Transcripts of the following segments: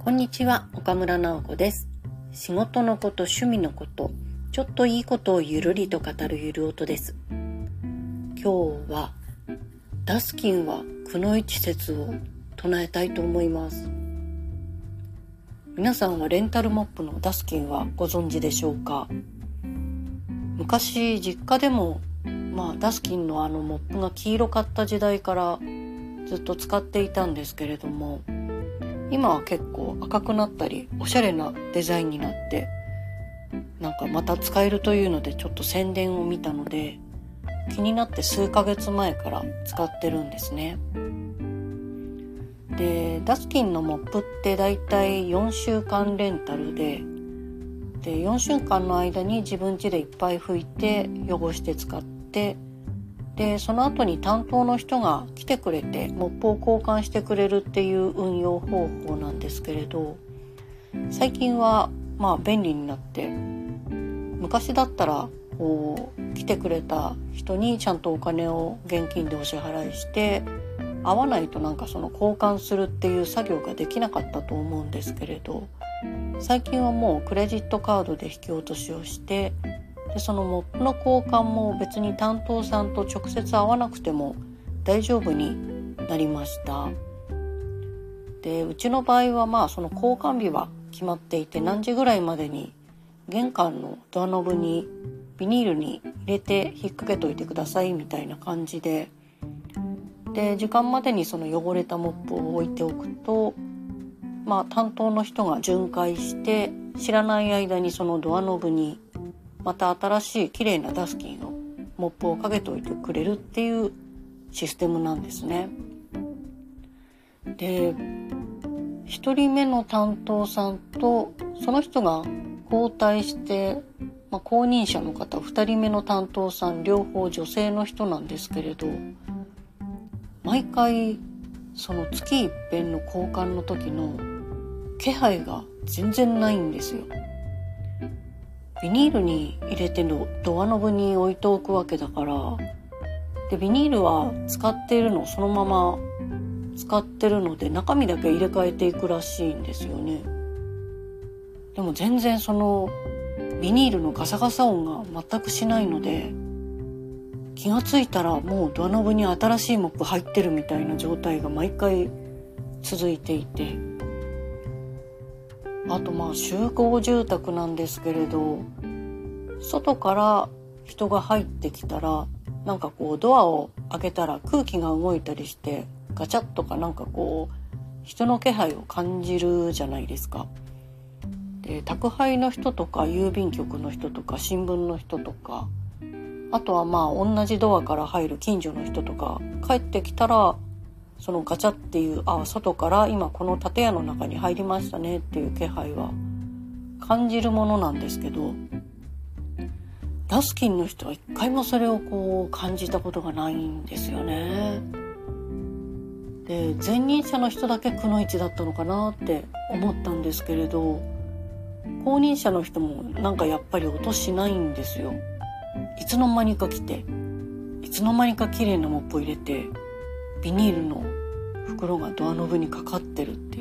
こんにちは、岡村直子です。仕事のこと、趣味のこと、ちょっといいことをゆるりと語るゆる音です。今日はダスキンはくのいち説を唱えたいと思います。皆さんはレンタルモップのダスキンはご存知でしょうか？昔実家でもダスキンのモップが黄色かった時代からずっと使っていたんですけれども、今は結構赤くなったりおしゃれなデザインになって、また使えるというのでちょっと宣伝を見たので気になって数ヶ月前から使ってるんですね。で、ダスキンのモップってだいたい4週間レンタルで4週間の間に自分家でいっぱい拭いて汚して使って、でその後に担当の人が来てくれてモップを交換してくれるっていう運用方法なんですけれど、最近は便利になって、昔だったら来てくれた人にちゃんとお金を現金でお支払いして、合わないとその交換するっていう作業ができなかったと思うんですけれど、最近はもうクレジットカードで引き落としをして、でそのモップの交換も別に担当さんと直接会わなくても大丈夫になりました。でうちの場合はその交換日は決まっていて、何時ぐらいまでに玄関のドアノブにビニールに入れて引っ掛けといてくださいみたいな感じで、時間までにその汚れたモップを置いておくと、担当の人が巡回して知らない間にそのドアノブにまた新しい綺麗なダスキンをモップをかけておいてくれるっていうシステムなんですね。で、1人目の担当さんとその人が交代して、後任者の方2人目の担当さん両方女性の人なんですけれど、毎回その月一遍の交換の時の気配が全然ないんですよ。ビニールに入れてのドアノブに置いておくわけだから、でビニールは使っているのそのまま使ってるので中身だけ入れ替えていくらしいんですよね。でも全然そのビニールのガサガサ音が全くしないので、気がついたらもうドアノブに新しいモップ入ってるみたいな状態が毎回続いていて、あと集合住宅なんですけれど、外から人が入ってきたらドアを開けたら空気が動いたりしてガチャッとか人の気配を感じるじゃないですか。で、宅配の人とか郵便局の人とか新聞の人とか、あとは同じドアから入る近所の人とか帰ってきたら、そのガチャっていう外から今この建屋の中に入りましたねっていう気配は感じるものなんですけど、ダスキンの人は一回もそれを感じたことがないんですよね。で、前任者の人だけくのいちだったのかなって思ったんですけれど、後任者の人もやっぱり音しないんですよ。いつの間にか来て、いつの間にか綺麗なモップを入れて、ビニールの袋がドアノブにかかってるっていう、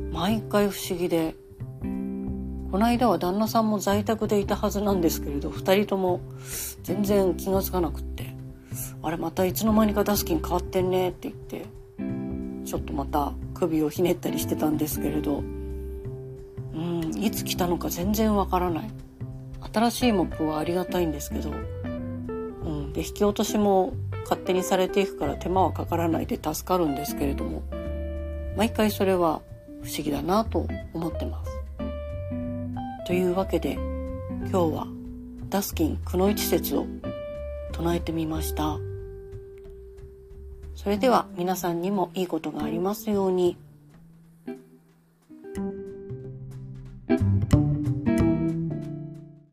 毎回不思議で、この間は旦那さんも在宅でいたはずなんですけれど、2人とも全然気がつかなくって、あれまたいつの間にかダスキン変わってんねって言って、ちょっとまた首をひねったりしてたんですけれど、いつ来たのか全然わからない。新しいモップはありがたいんですけど、で引き落としも勝手にされていくから手間はかからないで助かるんですけれども、毎回それは不思議だなと思ってます。というわけで今日はダスキンくのいち説を唱えてみました。それでは皆さんにもいいことがありますように。